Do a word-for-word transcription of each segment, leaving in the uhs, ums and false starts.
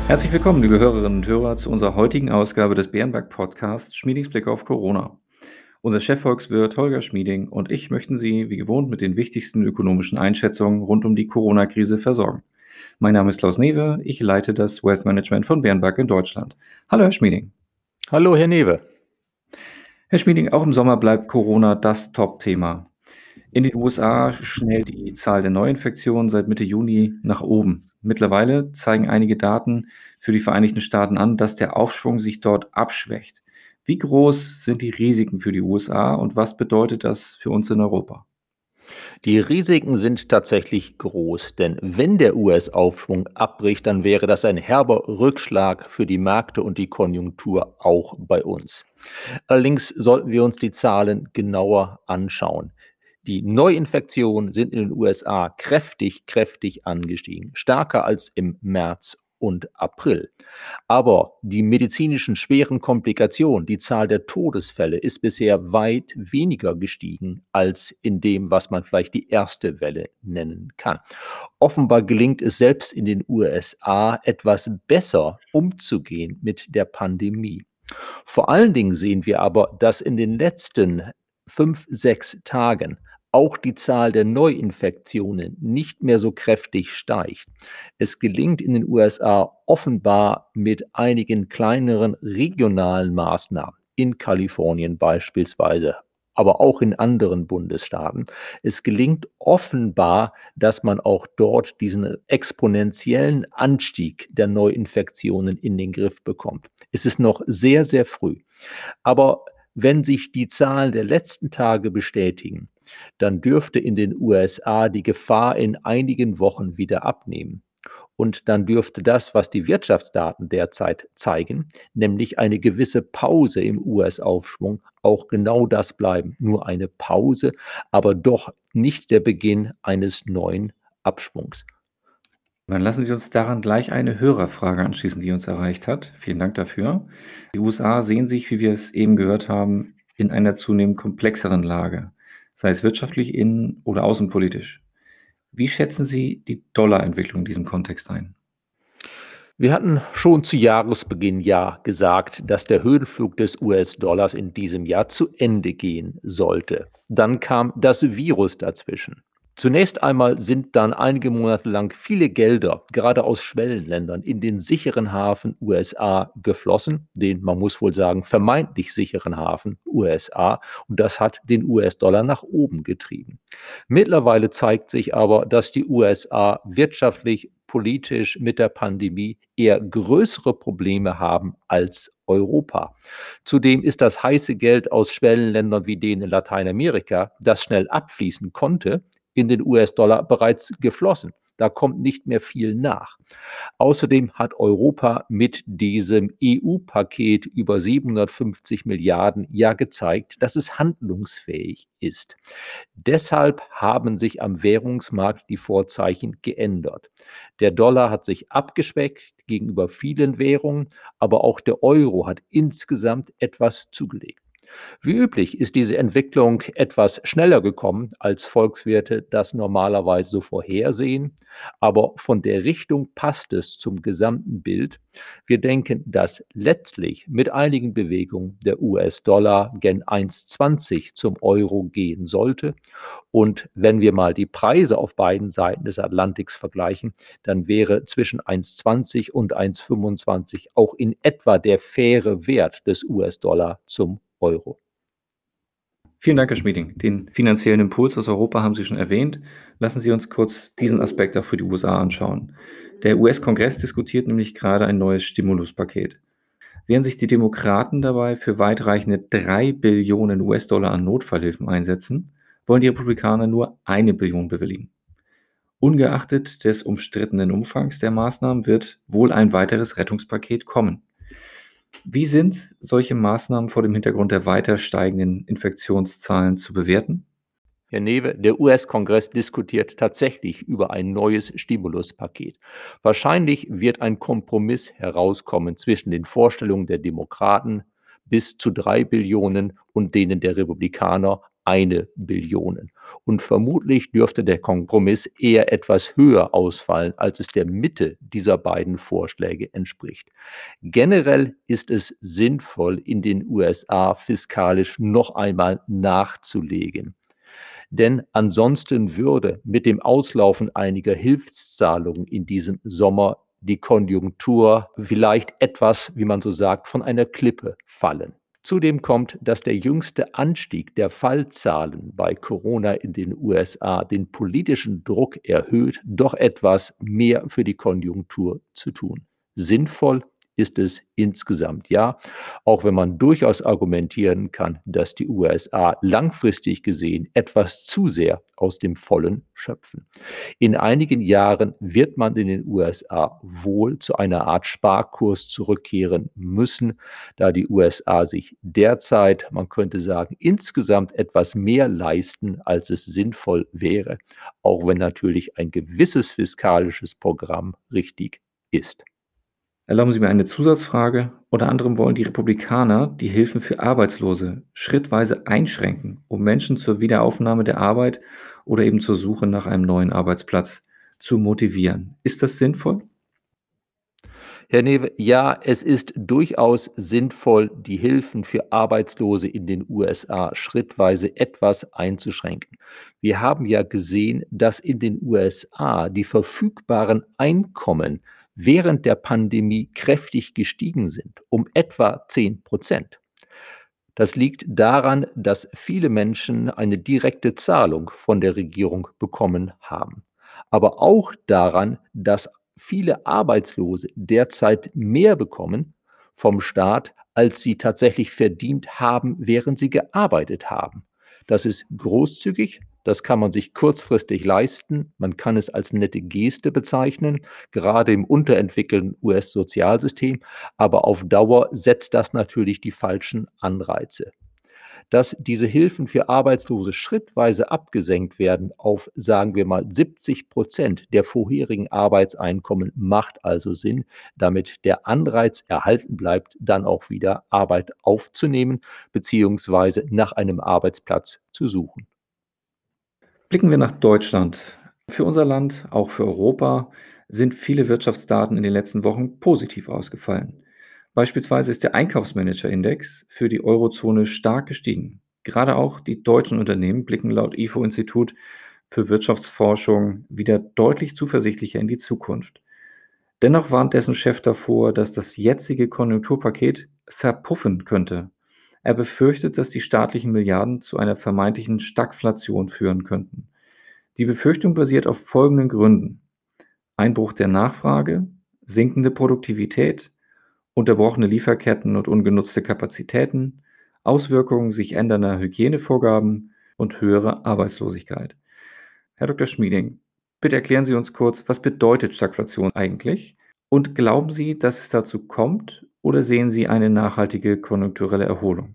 Herzlich willkommen, liebe Hörerinnen und Hörer, zu unserer heutigen Ausgabe des Bärenberg-Podcasts Schmiedings Blick auf Corona. Unser Chefvolkswirt Holger Schmieding und ich möchten Sie wie gewohnt mit den wichtigsten ökonomischen Einschätzungen rund um die Corona-Krise versorgen. Mein Name ist Klaus Newe, ich leite das Wealth Management von Bärenberg in Deutschland. Hallo, Herr Schmieding. Hallo, Herr Newe. Herr Schmieding, auch im Sommer bleibt Corona das Top-Thema. In den U S A schnellt die Zahl der Neuinfektionen seit Mitte Juni nach oben. Mittlerweile zeigen einige Daten für die Vereinigten Staaten an, dass der Aufschwung sich dort abschwächt. Wie groß sind die Risiken für die U S A und was bedeutet das für uns in Europa? Die Risiken sind tatsächlich groß, denn wenn der U S-Aufschwung abbricht, dann wäre das ein herber Rückschlag für die Märkte und die Konjunktur auch bei uns. Allerdings sollten wir uns die Zahlen genauer anschauen. Die Neuinfektionen sind in den U S A kräftig, kräftig angestiegen, stärker als im März und April. Aber die medizinischen schweren Komplikationen, die Zahl der Todesfälle ist bisher weit weniger gestiegen als in dem, was man vielleicht die erste Welle nennen kann. Offenbar gelingt es selbst in den U S A etwas besser umzugehen mit der Pandemie. Vor allen Dingen sehen wir aber, dass in den letzten fünf, sechs Tagen auch die Zahl der Neuinfektionen nicht mehr so kräftig steigt. Es gelingt in den U S A offenbar mit einigen kleineren regionalen Maßnahmen, in Kalifornien beispielsweise, aber auch in anderen Bundesstaaten. Es gelingt offenbar, dass man auch dort diesen exponentiellen Anstieg der Neuinfektionen in den Griff bekommt. Es ist noch sehr, sehr früh. Aber wenn sich die Zahlen der letzten Tage bestätigen, dann dürfte in den U S A die Gefahr in einigen Wochen wieder abnehmen. Und dann dürfte das, was die Wirtschaftsdaten derzeit zeigen, nämlich eine gewisse Pause im U S-Aufschwung, auch genau das bleiben. Nur eine Pause, aber doch nicht der Beginn eines neuen Abschwungs. Dann lassen Sie uns daran gleich eine Hörerfrage anschließen, die uns erreicht hat. Vielen Dank dafür. Die U S A sehen sich, wie wir es eben gehört haben, in einer zunehmend komplexeren Lage, sei es wirtschaftlich, innen- oder außenpolitisch. Wie schätzen Sie die Dollarentwicklung in diesem Kontext ein? Wir hatten schon zu Jahresbeginn ja gesagt, dass der Höhenflug des U S-Dollars in diesem Jahr zu Ende gehen sollte. Dann kam das Virus dazwischen. Zunächst einmal sind dann einige Monate lang viele Gelder, gerade aus Schwellenländern, in den sicheren Hafen U S A geflossen, den, man muss wohl sagen, vermeintlich sicheren Hafen U S A. Und das hat den U S-Dollar nach oben getrieben. Mittlerweile zeigt sich aber, dass die U S A wirtschaftlich, politisch mit der Pandemie eher größere Probleme haben als Europa. Zudem ist das heiße Geld aus Schwellenländern wie denen in Lateinamerika, das schnell abfließen konnte, in den U S-Dollar bereits geflossen. Da kommt nicht mehr viel nach. Außerdem hat Europa mit diesem E U-Paket über siebenhundertfünfzig Milliarden ja gezeigt, dass es handlungsfähig ist. Deshalb haben sich am Währungsmarkt die Vorzeichen geändert. Der Dollar hat sich abgeschwächt gegenüber vielen Währungen, aber auch der Euro hat insgesamt etwas zugelegt. Wie üblich ist diese Entwicklung etwas schneller gekommen, als Volkswirte das normalerweise so vorhersehen, aber von der Richtung passt es zum gesamten Bild. Wir denken, dass letztlich mit einigen Bewegungen der U S-Dollar gen eins Komma zwanzig zum Euro gehen sollte. Und wenn wir mal die Preise auf beiden Seiten des Atlantiks vergleichen, dann wäre zwischen eins Komma zwanzig und eins Komma fünfundzwanzig auch in etwa der faire Wert des U S-Dollar zum Euro. Vielen Dank, Herr Schmieding. Den finanziellen Impuls aus Europa haben Sie schon erwähnt. Lassen Sie uns kurz diesen Aspekt auch für die U S A anschauen. Der U S-Kongress diskutiert nämlich gerade ein neues Stimuluspaket. Während sich die Demokraten dabei für weitreichende drei Billionen U S-Dollar an Notfallhilfen einsetzen, wollen die Republikaner nur eine Billion bewilligen. Ungeachtet des umstrittenen Umfangs der Maßnahmen wird wohl ein weiteres Rettungspaket kommen. Wie sind solche Maßnahmen vor dem Hintergrund der weiter steigenden Infektionszahlen zu bewerten? Herr Newe, der U S-Kongress diskutiert tatsächlich über ein neues Stimuluspaket. Wahrscheinlich wird ein Kompromiss herauskommen zwischen den Vorstellungen der Demokraten bis zu drei Billionen und denen der Republikaner eine Billion. Und vermutlich dürfte der Kompromiss eher etwas höher ausfallen, als es der Mitte dieser beiden Vorschläge entspricht. Generell ist es sinnvoll, in den U S A fiskalisch noch einmal nachzulegen. Denn ansonsten würde mit dem Auslaufen einiger Hilfszahlungen in diesem Sommer die Konjunktur vielleicht etwas, wie man so sagt, von einer Klippe fallen. Zudem kommt, dass der jüngste Anstieg der Fallzahlen bei Corona in den U S A den politischen Druck erhöht, doch etwas mehr für die Konjunktur zu tun. Sinnvoll ist es insgesamt ja, auch wenn man durchaus argumentieren kann, dass die U S A langfristig gesehen etwas zu sehr aus dem Vollen schöpfen. In einigen Jahren wird man in den U S A wohl zu einer Art Sparkurs zurückkehren müssen, da die U S A sich derzeit, man könnte sagen, insgesamt etwas mehr leisten, als es sinnvoll wäre, auch wenn natürlich ein gewisses fiskalisches Programm richtig ist. Erlauben Sie mir eine Zusatzfrage. Unter anderem wollen die Republikaner die Hilfen für Arbeitslose schrittweise einschränken, um Menschen zur Wiederaufnahme der Arbeit oder eben zur Suche nach einem neuen Arbeitsplatz zu motivieren. Ist das sinnvoll? Herr Newe, ja, es ist durchaus sinnvoll, die Hilfen für Arbeitslose in den U S A schrittweise etwas einzuschränken. Wir haben ja gesehen, dass in den U S A die verfügbaren Einkommen während der Pandemie kräftig gestiegen sind, um etwa zehn Prozent. Das liegt daran, dass viele Menschen eine direkte Zahlung von der Regierung bekommen haben, aber auch daran, dass viele Arbeitslose derzeit mehr bekommen vom Staat, als sie tatsächlich verdient haben, während sie gearbeitet haben. Das ist großzügig, das kann man sich kurzfristig leisten, man kann es als nette Geste bezeichnen, gerade im unterentwickelten U S-Sozialsystem, aber auf Dauer setzt das natürlich die falschen Anreize. Dass diese Hilfen für Arbeitslose schrittweise abgesenkt werden auf, sagen wir mal, siebzig Prozent der vorherigen Arbeitseinkommen, macht also Sinn, damit der Anreiz erhalten bleibt, dann auch wieder Arbeit aufzunehmen beziehungsweise nach einem Arbeitsplatz zu suchen. Blicken wir nach Deutschland. Für unser Land, auch für Europa, sind viele Wirtschaftsdaten in den letzten Wochen positiv ausgefallen. Beispielsweise ist der Einkaufsmanager-Index für die Eurozone stark gestiegen. Gerade auch die deutschen Unternehmen blicken laut I F O-Institut für Wirtschaftsforschung wieder deutlich zuversichtlicher in die Zukunft. Dennoch warnt dessen Chef davor, dass das jetzige Konjunkturpaket verpuffen könnte. Er befürchtet, dass die staatlichen Milliarden zu einer vermeintlichen Stagflation führen könnten. Die Befürchtung basiert auf folgenden Gründen: Einbruch der Nachfrage, sinkende Produktivität, unterbrochene Lieferketten und ungenutzte Kapazitäten, Auswirkungen sich ändernder Hygienevorgaben und höhere Arbeitslosigkeit. Herr Doktor Schmieding, bitte erklären Sie uns kurz, was bedeutet Stagflation eigentlich? Und glauben Sie, dass es dazu kommt, oder sehen Sie eine nachhaltige konjunkturelle Erholung?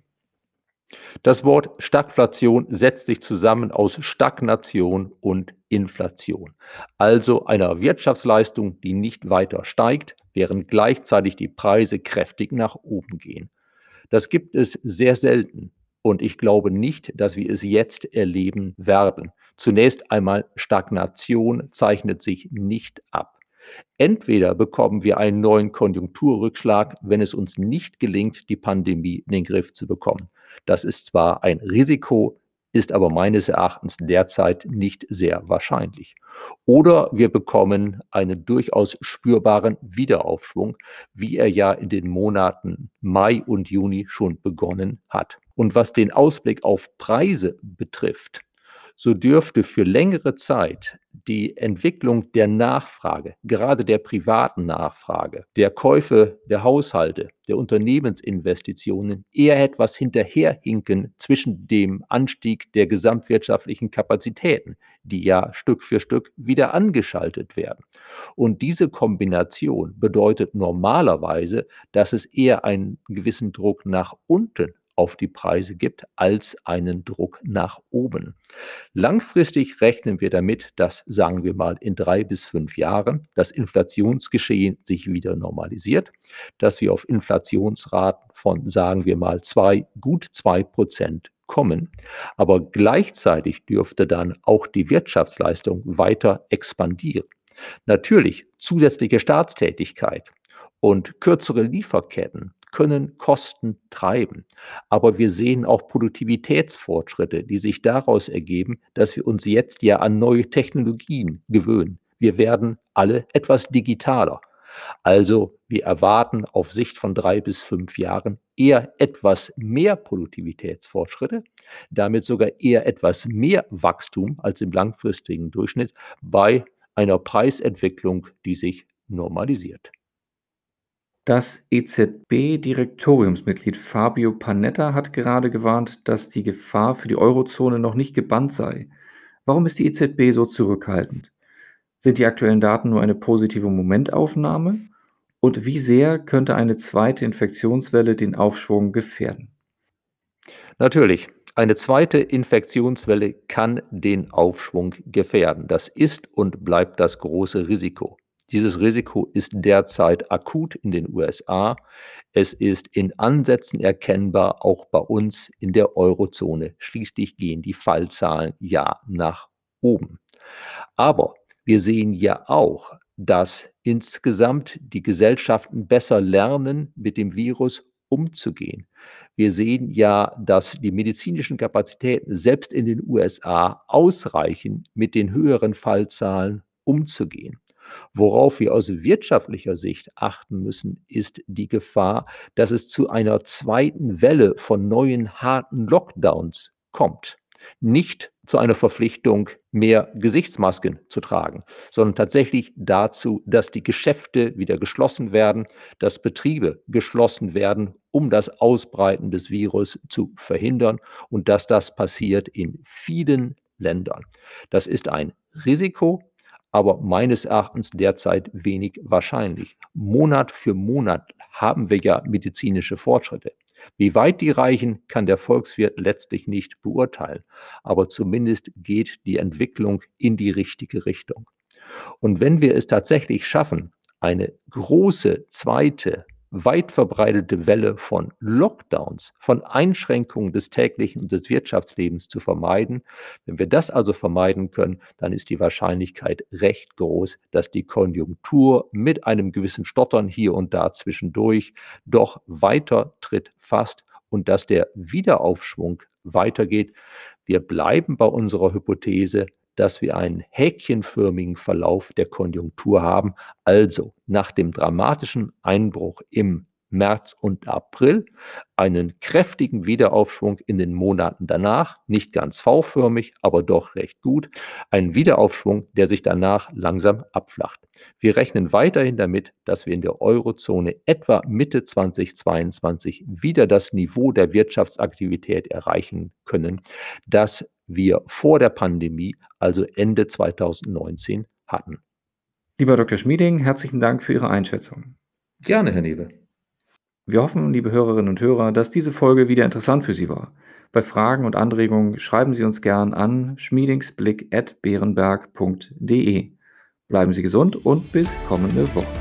Das Wort Stagflation setzt sich zusammen aus Stagnation und Inflation, also einer Wirtschaftsleistung, die nicht weiter steigt, während gleichzeitig die Preise kräftig nach oben gehen. Das gibt es sehr selten und ich glaube nicht, dass wir es jetzt erleben werden. Zunächst einmal, Stagnation zeichnet sich nicht ab. Entweder bekommen wir einen neuen Konjunkturrückschlag, wenn es uns nicht gelingt, die Pandemie in den Griff zu bekommen. Das ist zwar ein Risiko, ist aber meines Erachtens derzeit nicht sehr wahrscheinlich. Oder wir bekommen einen durchaus spürbaren Wiederaufschwung, wie er ja in den Monaten Mai und Juni schon begonnen hat. Und was den Ausblick auf Preise betrifft, so dürfte für längere Zeit die Entwicklung der Nachfrage, gerade der privaten Nachfrage, der Käufe der Haushalte, der Unternehmensinvestitionen eher etwas hinterherhinken zwischen dem Anstieg der gesamtwirtschaftlichen Kapazitäten, die ja Stück für Stück wieder angeschaltet werden. Und diese Kombination bedeutet normalerweise, dass es eher einen gewissen Druck nach unten auf die Preise gibt, als einen Druck nach oben. Langfristig rechnen wir damit, dass, sagen wir mal, in drei bis fünf Jahren das Inflationsgeschehen sich wieder normalisiert, dass wir auf Inflationsraten von, sagen wir mal, zwei, gut zwei Prozent kommen, aber gleichzeitig dürfte dann auch die Wirtschaftsleistung weiter expandieren. Natürlich, zusätzliche Staatstätigkeit und kürzere Lieferketten können Kosten treiben. Aber wir sehen auch Produktivitätsfortschritte, die sich daraus ergeben, dass wir uns jetzt ja an neue Technologien gewöhnen. Wir werden alle etwas digitaler. Also wir erwarten auf Sicht von drei bis fünf Jahren eher etwas mehr Produktivitätsfortschritte, damit sogar eher etwas mehr Wachstum als im langfristigen Durchschnitt bei einer Preisentwicklung, die sich normalisiert. Das E Z B-Direktoriumsmitglied Fabio Panetta hat gerade gewarnt, dass die Gefahr für die Eurozone noch nicht gebannt sei. Warum ist die E Z B so zurückhaltend? Sind die aktuellen Daten nur eine positive Momentaufnahme? Und wie sehr könnte eine zweite Infektionswelle den Aufschwung gefährden? Natürlich, eine zweite Infektionswelle kann den Aufschwung gefährden. Das ist und bleibt das große Risiko. Dieses Risiko ist derzeit akut in den U S A. Es ist in Ansätzen erkennbar, auch bei uns in der Eurozone. Schließlich gehen die Fallzahlen ja nach oben. Aber wir sehen ja auch, dass insgesamt die Gesellschaften besser lernen, mit dem Virus umzugehen. Wir sehen ja, dass die medizinischen Kapazitäten selbst in den U S A ausreichen, mit den höheren Fallzahlen umzugehen. Worauf wir aus wirtschaftlicher Sicht achten müssen, ist die Gefahr, dass es zu einer zweiten Welle von neuen harten Lockdowns kommt. Nicht zu einer Verpflichtung, mehr Gesichtsmasken zu tragen, sondern tatsächlich dazu, dass die Geschäfte wieder geschlossen werden, dass Betriebe geschlossen werden, um das Ausbreiten des Virus zu verhindern und dass das passiert in vielen Ländern. Das ist ein Risiko, aber meines Erachtens derzeit wenig wahrscheinlich. Monat für Monat haben wir ja medizinische Fortschritte. Wie weit die reichen, kann der Volkswirt letztlich nicht beurteilen, aber zumindest geht die Entwicklung in die richtige Richtung. Und wenn wir es tatsächlich schaffen, eine große zweite, weit verbreitete Welle von Lockdowns, von Einschränkungen des täglichen und des Wirtschaftslebens zu vermeiden, wenn wir das also vermeiden können, dann ist die Wahrscheinlichkeit recht groß, dass die Konjunktur mit einem gewissen Stottern hier und da zwischendurch doch weiter Tritt fasst und dass der Wiederaufschwung weitergeht. Wir bleiben bei unserer Hypothese, dass wir einen häkchenförmigen Verlauf der Konjunktur haben, also nach dem dramatischen Einbruch im März und April einen kräftigen Wiederaufschwung in den Monaten danach, nicht ganz V-förmig, aber doch recht gut, einen Wiederaufschwung, der sich danach langsam abflacht. Wir rechnen weiterhin damit, dass wir in der Eurozone etwa Mitte zweitausendzweiundzwanzig wieder das Niveau der Wirtschaftsaktivität erreichen können, das wir vor der Pandemie, also Ende zweitausendneunzehn, hatten. Lieber Doktor Schmieding, herzlichen Dank für Ihre Einschätzung. Gerne, Herr Newe. Wir hoffen, liebe Hörerinnen und Hörer, dass diese Folge wieder interessant für Sie war. Bei Fragen und Anregungen schreiben Sie uns gern an schmiedingsblick at beerenberg punkt de. Bleiben Sie gesund und bis kommende Woche.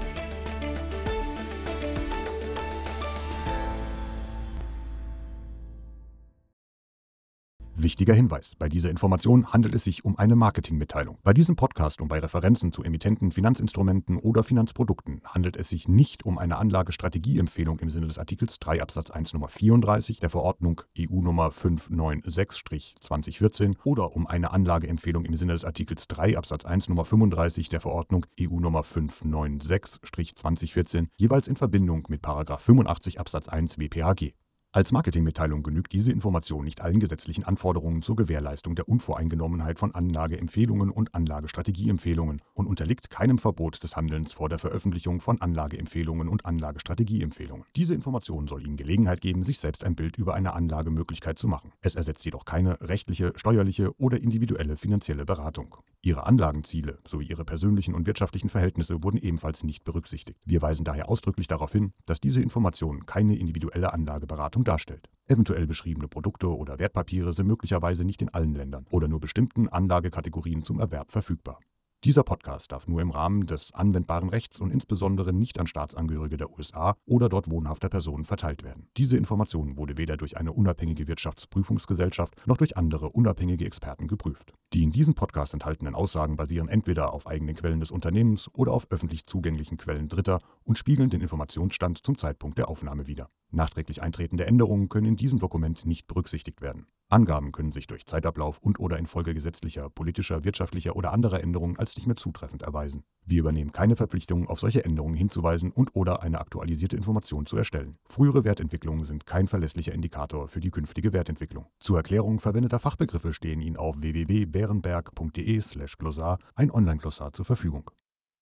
Wichtiger Hinweis: Bei dieser Information handelt es sich um eine Marketingmitteilung. Bei diesem Podcast und bei Referenzen zu Emittenten, Finanzinstrumenten oder Finanzprodukten handelt es sich nicht um eine Anlagestrategieempfehlung im Sinne des Artikels drei Absatz eins Nummer vierunddreißig der Verordnung E U Nummer fünf neun sechs zwanzig vierzehn oder um eine Anlageempfehlung im Sinne des Artikels drei Absatz eins Nummer fünfunddreißig der Verordnung E U Nummer fünf neun sechs zwanzig vierzehn, jeweils in Verbindung mit Paragraph fünfundachtzig Absatz eins W P H G. Als Marketingmitteilung genügt diese Information nicht allen gesetzlichen Anforderungen zur Gewährleistung der Unvoreingenommenheit von Anlageempfehlungen und Anlagestrategieempfehlungen und unterliegt keinem Verbot des Handelns vor der Veröffentlichung von Anlageempfehlungen und Anlagestrategieempfehlungen. Diese Information soll Ihnen Gelegenheit geben, sich selbst ein Bild über eine Anlagemöglichkeit zu machen. Es ersetzt jedoch keine rechtliche, steuerliche oder individuelle finanzielle Beratung. Ihre Anlagenziele sowie Ihre persönlichen und wirtschaftlichen Verhältnisse wurden ebenfalls nicht berücksichtigt. Wir weisen daher ausdrücklich darauf hin, dass diese Information keine individuelle Anlageberatung darstellt. Eventuell beschriebene Produkte oder Wertpapiere sind möglicherweise nicht in allen Ländern oder nur bestimmten Anlagekategorien zum Erwerb verfügbar. Dieser Podcast darf nur im Rahmen des anwendbaren Rechts und insbesondere nicht an Staatsangehörige der U S A oder dort wohnhafter Personen verteilt werden. Diese Information wurde weder durch eine unabhängige Wirtschaftsprüfungsgesellschaft noch durch andere unabhängige Experten geprüft. Die in diesem Podcast enthaltenen Aussagen basieren entweder auf eigenen Quellen des Unternehmens oder auf öffentlich zugänglichen Quellen Dritter und spiegeln den Informationsstand zum Zeitpunkt der Aufnahme wider. Nachträglich eintretende Änderungen können in diesem Dokument nicht berücksichtigt werden. Angaben können sich durch Zeitablauf und/oder infolge gesetzlicher, politischer, wirtschaftlicher oder anderer Änderungen als nicht mehr zutreffend erweisen. Wir übernehmen keine Verpflichtung, auf solche Änderungen hinzuweisen und/oder eine aktualisierte Information zu erstellen. Frühere Wertentwicklungen sind kein verlässlicher Indikator für die künftige Wertentwicklung. Zur Erklärung verwendeter Fachbegriffe stehen Ihnen auf w w w punkt bärenberg punkt d e slash glossar ein Online-Glossar zur Verfügung.